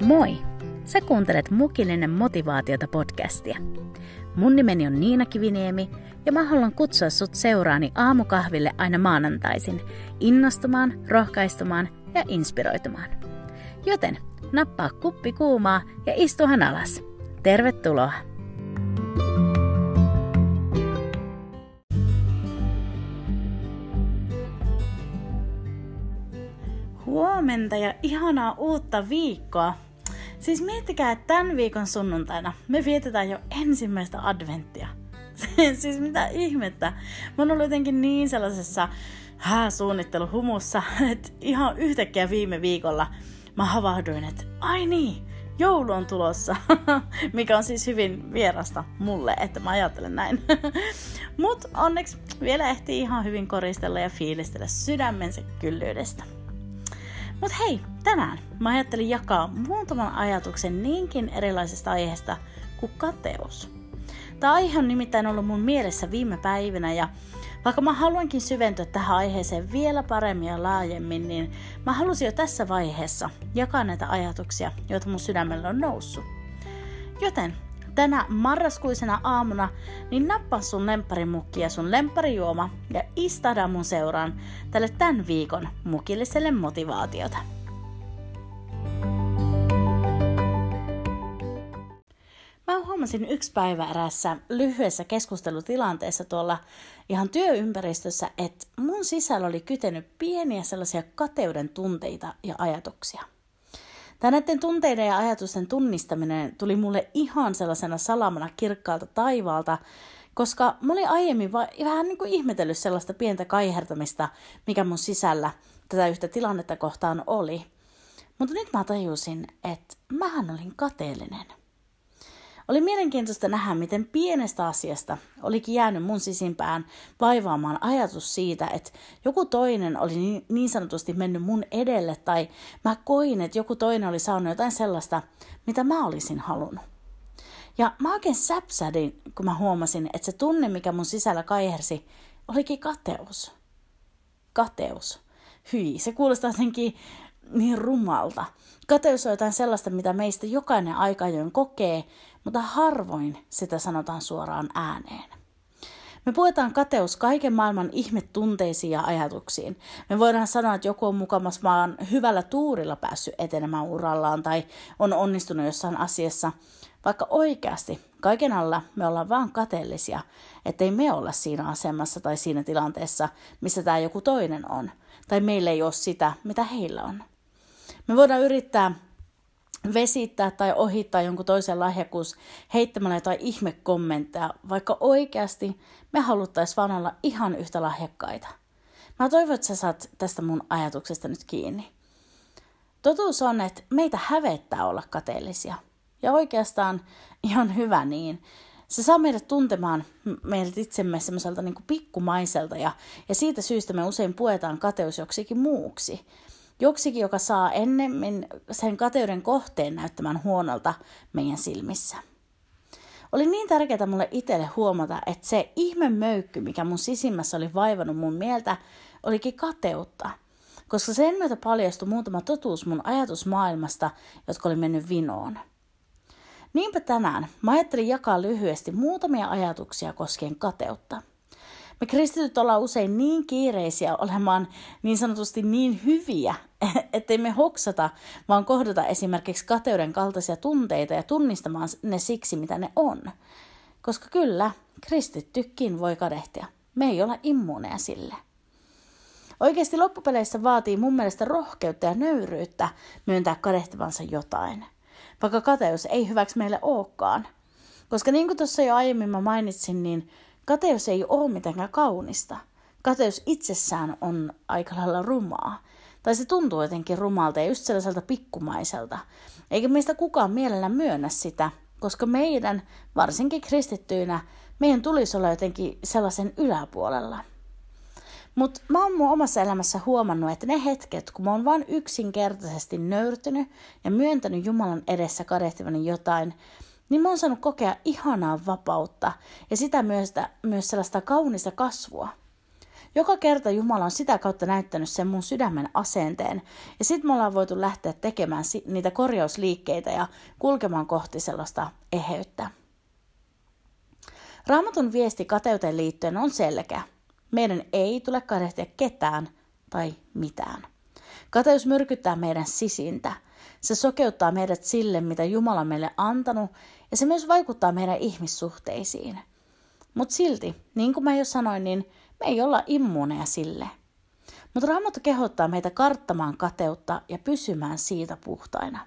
Moi! Sä kuuntelet Mukillinen motivaatiota podcastia. Mun nimeni on Niina Kiviniemi ja mä haluan kutsua sut seuraani aamukahville aina maanantaisin innostumaan, rohkaistumaan ja inspiroitumaan. Joten nappaa kuppi kuumaa ja istuhan alas. Tervetuloa! Huomenta ja ihanaa uutta viikkoa. Siis miettikää, että tämän viikon sunnuntaina me vietetään jo ensimmäistä adventtia. Siis mitä ihmettä. Mä oon ollut jotenkin niin sellaisessa suunnitteluhumussa, että ihan yhtäkkiä viime viikolla mä havahduin, että ai niin, joulu on tulossa. Mikä on siis hyvin vierasta mulle, että mä ajattelen näin. Mut onneksi vielä ehtii ihan hyvin koristella ja fiilistellä sydämensä kyllyydestä. Mut hei, tänään mä ajattelin jakaa muutaman ajatuksen niinkin erilaisesta aiheesta kuin kateus. Tämä aihe on nimittäin ollut mun mielessä viime päivinä ja vaikka mä haluankin syventyä tähän aiheeseen vielä paremmin ja laajemmin, niin mä halusin jo tässä vaiheessa jakaa näitä ajatuksia, joita mun sydämelle on noussut. Joten tänä marraskuisena aamuna niin nappaa sun lempparimukki ja sun lempparijuoma ja istahda mun seuraan tälle tämän viikon mukilliselle motivaatiota. Mä huomasin yksi päivä eräässä lyhyessä keskustelutilanteessa tuolla ihan työympäristössä, että mun sisällä oli kytenyt pieniä sellaisia kateuden tunteita ja ajatuksia. Näiden tunteiden ja ajatusten tunnistaminen tuli mulle ihan sellaisena salamana kirkkaalta taivaalta, koska mä olin aiemmin vähän niin kuin ihmetellyt sellaista pientä kaihertamista, mikä mun sisällä tätä yhtä tilannetta kohtaan oli. Mutta nyt mä tajusin, että mähän olin kateellinen. Oli mielenkiintoista nähdä, miten pienestä asiasta olikin jäänyt mun sisimpään vaivaamaan ajatus siitä, että joku toinen oli niin sanotusti mennyt mun edelle tai mä koin, että joku toinen oli saanut jotain sellaista, mitä mä olisin halunnut. Ja mä oikein säpsähdin, kun mä huomasin, että se tunne, mikä mun sisällä kaihersi, olikin kateus. Kateus. Hyi, se kuulostaa jotenkin niin rumalta. Kateus on jotain sellaista, mitä meistä jokainen aika ajoin kokee, mutta harvoin sitä sanotaan suoraan ääneen. Me puetaan kateus kaiken maailman ihmetunteisiin ja ajatuksiin. Me voidaan sanoa, että joku on mukamas vaan hyvällä tuurilla päässyt etenemään urallaan tai on onnistunut jossain asiassa, vaikka oikeasti kaiken alla me ollaan vaan kateellisia, ettei me olla siinä asemassa tai siinä tilanteessa, missä tämä joku toinen on, tai meillä ei ole sitä, mitä heillä on. Me voidaan yrittää vesittää tai ohittaa jonkun toisen lahjakkuus heittämällä jotain ihmekommentteja, vaikka oikeasti me haluttaisiin vaan olla ihan yhtä lahjakkaita. Mä toivon, että sä saat tästä mun ajatuksesta nyt kiinni. Totuus on, että meitä hävettää olla kateellisia. Ja oikeastaan ihan hyvä niin. Se saa meidät tuntemaan meidät itsemme semmoiselta niin kuin pikkumaiselta ja siitä syystä me usein puetaan kateus joksikin muuksi. Joksikin, joka saa ennemmin sen kateuden kohteen näyttämään huonolta meidän silmissä. Oli niin tärkeää mulle itselle huomata, että se ihmemöykky, mikä mun sisimmässä oli vaivannut mun mieltä, olikin kateutta. Koska sen myötä paljastui muutama totuus mun ajatusmaailmasta, jotka oli mennyt vinoon. Niinpä tänään mä ajattelin jakaa lyhyesti muutamia ajatuksia koskien kateutta. Me kristityt ollaan usein niin kiireisiä olemaan niin sanotusti niin hyviä, ettei me hoksata, vaan kohdata esimerkiksi kateuden kaltaisia tunteita ja tunnistamaan ne siksi, mitä ne on. Koska kyllä, kristittykin voi kadehtia. Me ei olla immuuneja sille. Oikeasti loppupeleissä vaatii mun mielestä rohkeutta ja nöyryyttä myöntää kadehtivansa jotain. Vaikka kateus ei hyväksi meille olekaan. Koska niin kuin tuossa jo aiemmin mä mainitsin, niin kateus ei ole mitenkään kaunista. Kateus itsessään on aika lailla rumaa. Tai se tuntuu jotenkin rumalta ja just sellaiselta pikkumaiselta. Eikä meistä kukaan mielellään myönnä sitä, koska meidän, varsinkin kristittyinä, meidän tulisi olla jotenkin sellaisen yläpuolella. Mutta mä oon mun omassa elämässä huomannut, että ne hetket, kun mä oon vaan yksinkertaisesti nöyrtynyt ja myöntänyt Jumalan edessä kadehtivani jotain, niin mä oon saanut kokea ihanaa vapautta ja sitä myös sellaista kaunista kasvua. Joka kerta Jumala on sitä kautta näyttänyt sen mun sydämen asenteen. Ja sitten me ollaan voitu lähteä tekemään niitä korjausliikkeitä ja kulkemaan kohti sellaista eheyttä. Raamatun viesti kateuteen liittyen on selkeä. Meidän ei tule kadehtia ketään tai mitään. Kateus myrkyttää meidän sisintä. Se sokeuttaa meidät sille, mitä Jumala on meille antanut, ja se myös vaikuttaa meidän ihmissuhteisiin. Mutta silti, niin kuin mä jo sanoin, niin me ei olla immuuneja sille. Mutta Raamattu kehottaa meitä karttamaan kateutta ja pysymään siitä puhtaina.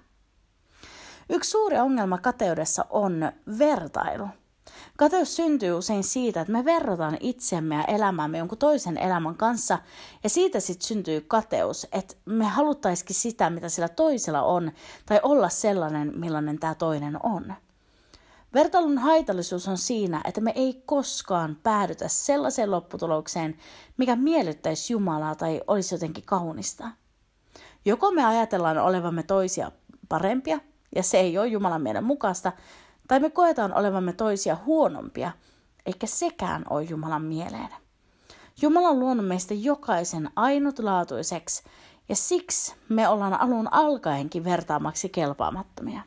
Yksi suuri ongelma kateudessa on vertailu. Kateus syntyy usein siitä, että me verrataan itseämme ja elämäämme jonkun toisen elämän kanssa, ja siitä sitten syntyy kateus, että me haluttaisikin sitä, mitä sillä toisella on, tai olla sellainen, millainen tämä toinen on. Vertailun haitallisuus on siinä, että me ei koskaan päädytä sellaiseen lopputulokseen, mikä miellyttäisi Jumalaa tai olisi jotenkin kaunista. Joko me ajatellaan olevamme toisia parempia, ja se ei ole Jumalan meidän mukaista, tai me koetaan olevamme toisia huonompia, eikä sekään ole Jumalan mieleen. Jumala on luonut meistä jokaisen ainutlaatuiseksi, ja siksi me ollaan alun alkaenkin vertaamaksi kelpaamattomia.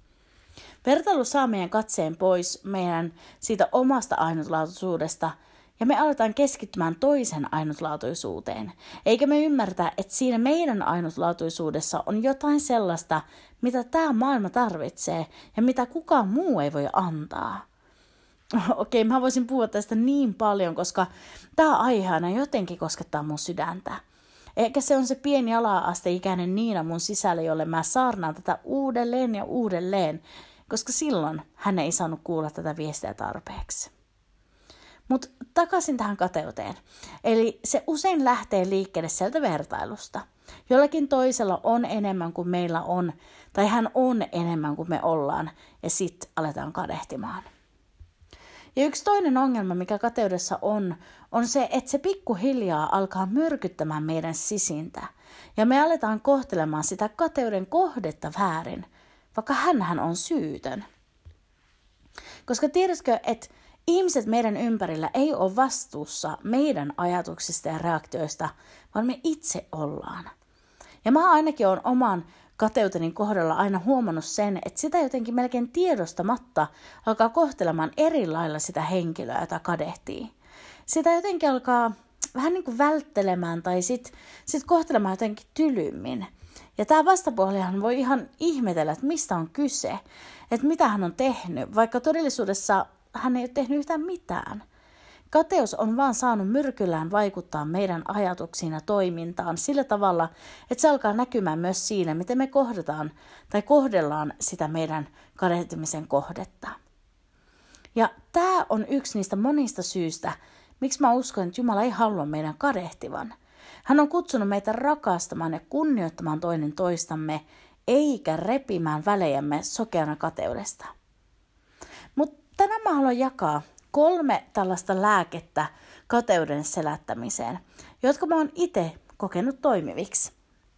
Vertailu saa meidän katseen pois meidän siitä omasta ainutlaatuisuudesta, ja me aletaan keskittymään toisen ainutlaatuisuuteen, eikä me ymmärtä, että siinä meidän ainutlaatuisuudessa on jotain sellaista, mitä tämä maailma tarvitsee ja mitä kukaan muu ei voi antaa. Okei, mä voisin puhua tästä niin paljon, koska tämä aiheena jotenkin koskettaa mun sydäntä. Eikä se on se pieni ala-asteikäinen Niina mun sisällä, jolle mä saarnaan tätä uudelleen ja uudelleen, koska silloin hän ei saanut kuulla tätä viestiä tarpeeksi. Mutta takaisin tähän kateuteen. Eli se usein lähtee liikkeelle sieltä vertailusta. Jollakin toisella on enemmän kuin meillä on, tai hän on enemmän kuin me ollaan, ja sitten aletaan kadehtimaan. Ja yksi toinen ongelma, mikä kateudessa on se, että se pikkuhiljaa alkaa myrkyttämään meidän sisintä, ja me aletaan kohtelemaan sitä kateuden kohdetta väärin, vaikka hänhän on syytön. Koska tiedätkö, että ihmiset meidän ympärillä ei ole vastuussa meidän ajatuksista ja reaktioista, vaan me itse ollaan. Ja mä ainakin olen oman kateuteni kohdalla aina huomannut sen, että sitä jotenkin melkein tiedostamatta alkaa kohtelemaan eri lailla sitä henkilöä, jota kadehtii. Sitä jotenkin alkaa vähän niin kuin välttelemään tai sit kohtelemaan jotenkin tylymmin. Ja tämä vastapuolihan voi ihan ihmetellä, että mistä on kyse, että mitä hän on tehnyt, vaikka todellisuudessa hän ei ole tehnyt yhtään mitään. Kateus on vaan saanut myrkyllään vaikuttaa meidän ajatuksiin ja toimintaan sillä tavalla, että se alkaa näkymään myös siinä, miten me kohdellaan sitä meidän kadehtimisen kohdetta. Ja tämä on yksi niistä monista syistä, miksi mä uskon, että Jumala ei halua meidän kadehtivan. Hän on kutsunut meitä rakastamaan ja kunnioittamaan toinen toistamme, eikä repimään välejämme sokeana kateudesta. Mutta tänään mä haluan jakaa 3 tällaista lääkettä kateuden selättämiseen, jotka mä oon itse kokenut toimiviksi.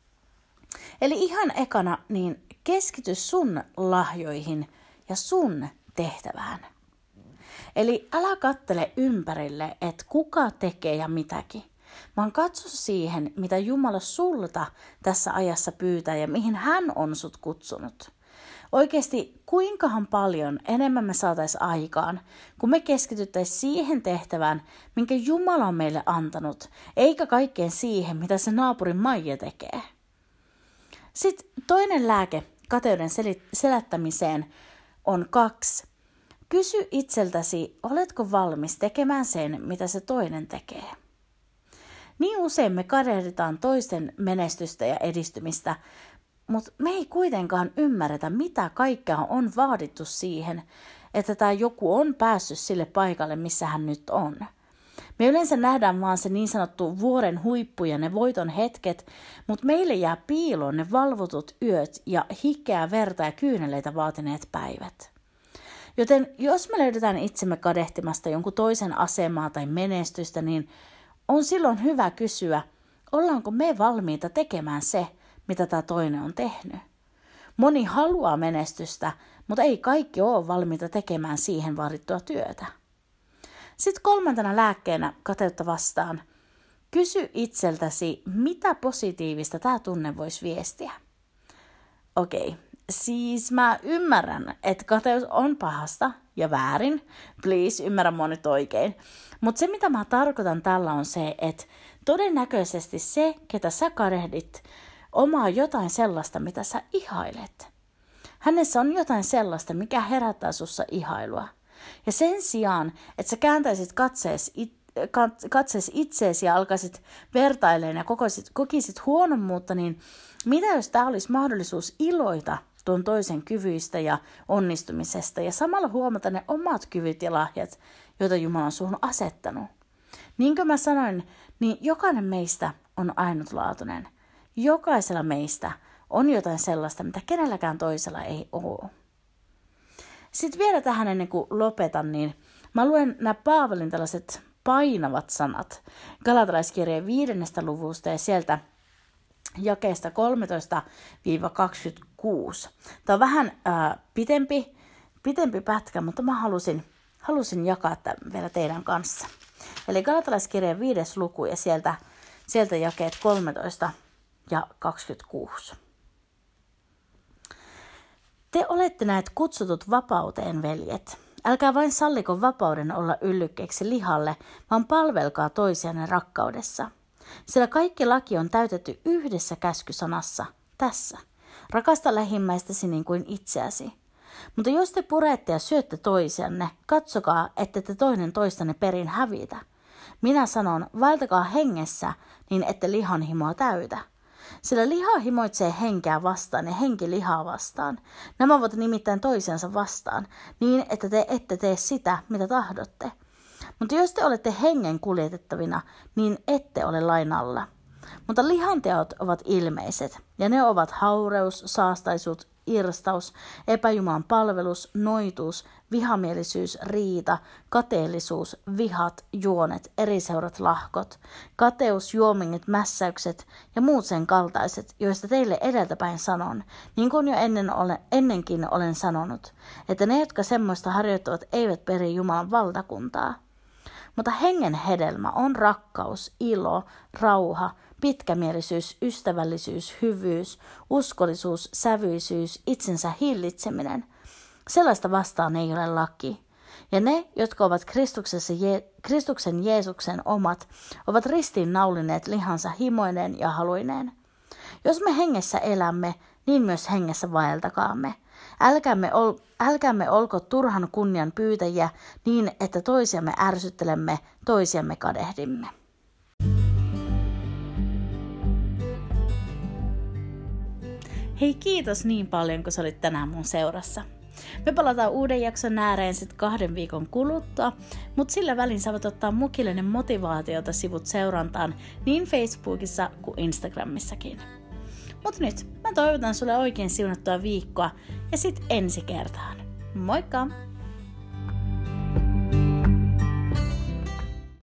Eli ihan ekana, niin keskity sun lahjoihin ja sun tehtävään. Eli älä kattele ympärille, että kuka tekee ja mitäkin, vaan katso siihen, mitä Jumala sulta tässä ajassa pyytää ja mihin hän on sut kutsunut. Oikeasti kuinkahan paljon enemmän me saataisiin aikaan, kun me keskityttäisiin siihen tehtävään, minkä Jumala on meille antanut, eikä kaikkeen siihen, mitä se naapurin Maija tekee. Sitten toinen lääke kateuden selättämiseen on 2. Kysy itseltäsi, oletko valmis tekemään sen, mitä se toinen tekee. Niin usein me kadehditaan toisten menestystä ja edistymistä, mutta me ei kuitenkaan ymmärretä, mitä kaikkea on vaadittu siihen, että tämä joku on päässyt sille paikalle, missä hän nyt on. Me yleensä nähdään vaan se niin sanottu vuoren huippu ja ne voiton hetket, mutta meille jää piiloon ne valvotut yöt ja hikeä, verta ja kyyneleitä vaatineet päivät. Joten jos me löydetään itsemme kadehtimasta jonkun toisen asemaa tai menestystä, niin on silloin hyvä kysyä, ollaanko me valmiita tekemään se, mitä tämä toinen on tehnyt. Moni haluaa menestystä, mutta ei kaikki ole valmiita tekemään siihen vaadittua työtä. Sitten 3. lääkkeenä kateutta vastaan. Kysy itseltäsi, mitä positiivista tämä tunne voisi viestiä. Okei, siis mä ymmärrän, että kateus on pahasta ja väärin. Please, ymmärrä mua nyt oikein. Mutta se, mitä mä tarkoitan tällä on se, että todennäköisesti se, ketä sä kadehdit, omaa jotain sellaista, mitä sä ihailet. Hänessä on jotain sellaista, mikä herättää sussa ihailua. Ja sen sijaan, että sä kääntäisit katseesi itseesi ja alkaisit vertailemaan ja kokisit huonommuutta, niin mitä jos tämä olisi mahdollisuus iloita tuon toisen kyvyistä ja onnistumisesta ja samalla huomata ne omat kyvyt ja lahjat, joita Jumala on suhun asettanut. Niin kuin mä sanoin, niin jokainen meistä on ainutlaatuinen. Jokaisella meistä on jotain sellaista, mitä kenelläkään toisella ei ole. Sitten vielä tähän ennen kuin lopetan, niin mä luen nämä Paavalin tällaiset painavat sanat Galatalaiskirjeen 5. luvusta ja sieltä jakeesta 13-26. Tämä on vähän pitempi pätkä, mutta mä halusin jakaa tämän vielä teidän kanssa. Eli Galatalaiskirjeen 5. luku ja sieltä jakeet 13 ja 26. Te olette näet kutsutut vapauteen, veljet. Älkää vain salliko vapauden olla yllykkeeksi lihalle, vaan palvelkaa toisianne rakkaudessa. Sillä kaikki laki on täytetty yhdessä käskysanassa, tässä. Rakasta lähimmäistäsi niin kuin itseäsi. Mutta jos te purette ja syötte toisianne, katsokaa, ette te toinen toistanne perin hävitä. Minä sanon, vaeltakaa hengessä, niin ette lihan himoa täytä. Sillä liha himoitsee henkeä vastaan ja henki lihaa vastaan. Nämä ovat nimittäin toisiansa vastaan, niin että te ette tee sitä, mitä tahdotte. Mutta jos te olette hengen kuljetettavina, niin ette ole lain alla. Mutta lihanteot ovat ilmeiset, ja ne ovat haureus, saastaisuus, irstaus, epäjumalan palvelus, noituus, vihamielisyys, riita, kateellisuus, vihat, juonet, eriseurat lahkot, kateus, juomingit, mässäykset ja muut sen kaltaiset, joista teille edeltäpäin sanon, niin kuin jo ennenkin olen sanonut, että ne, jotka semmoista harjoittavat, eivät peri Jumalan valtakuntaa. Mutta hengen hedelmä on rakkaus, ilo, rauha, pitkämielisyys, ystävällisyys, hyvyys, uskollisuus, sävyisyys, itsensä hillitseminen. Sellaista vastaan ei ole laki. Ja ne, jotka ovat Kristuksen Jeesuksen omat, ovat ristiinnaulineet lihansa himoineen ja haluineen. Jos me hengessä elämme, niin myös hengessä vaeltakaamme. Älkäämme olko turhan kunnian pyytäjiä niin, että toisiamme ärsyttelemme, toisiamme kadehdimme. Hei, kiitos niin paljon, kun sä olit tänään mun seurassa. Me palataan uuden jakson ääreen sitten 2 viikon kuluttua, mutta sillä välin sä voit ottaa Mukillinen motivaatiota sivut seurantaan niin Facebookissa kuin Instagramissakin. Mut nyt mä toivotan sulle oikein siunattua viikkoa ja sit ensi kertaan. Moikka!